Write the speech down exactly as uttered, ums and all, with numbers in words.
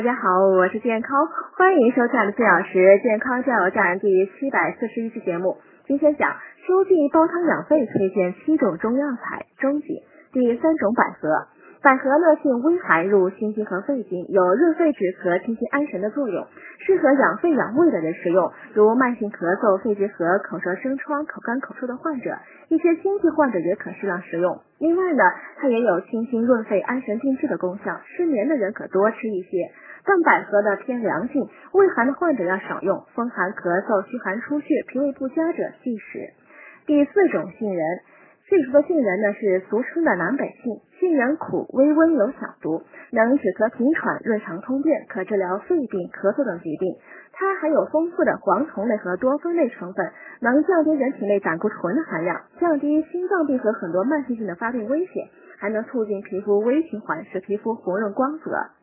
大家好，我是健康，欢迎收看四小时健康加油站第七百四十一期节目。今天讲秋季煲汤养肺，推荐七种中药材中景。第三种百合，百合呢性微寒，入心经和肺经，有润肺止咳、清心安神的作用，适合养肺养胃的人食用，如慢性咳嗽、肺结核、口舌生疮、口干口臭的患者，一些心悸患者也可适量食用。另外呢，它也有清心润肺、安神定志的功效，失眠的人可多吃一些。但百合呢偏凉性，胃寒的患者要少用，风寒咳嗽、虚寒出血、脾胃不佳者忌食。第四种杏仁，这属的杏仁呢是俗称的南北杏，杏仁苦，微温有小毒，能止咳平喘、润肠通便，可治疗肺病、咳嗽等疾病。它含有丰富的黄酮类和多酚类成分，能降低人体内胆固醇的含量，降低心脏病和很多慢性性的发病危险，还能促进皮肤微循环，使皮肤红润光泽。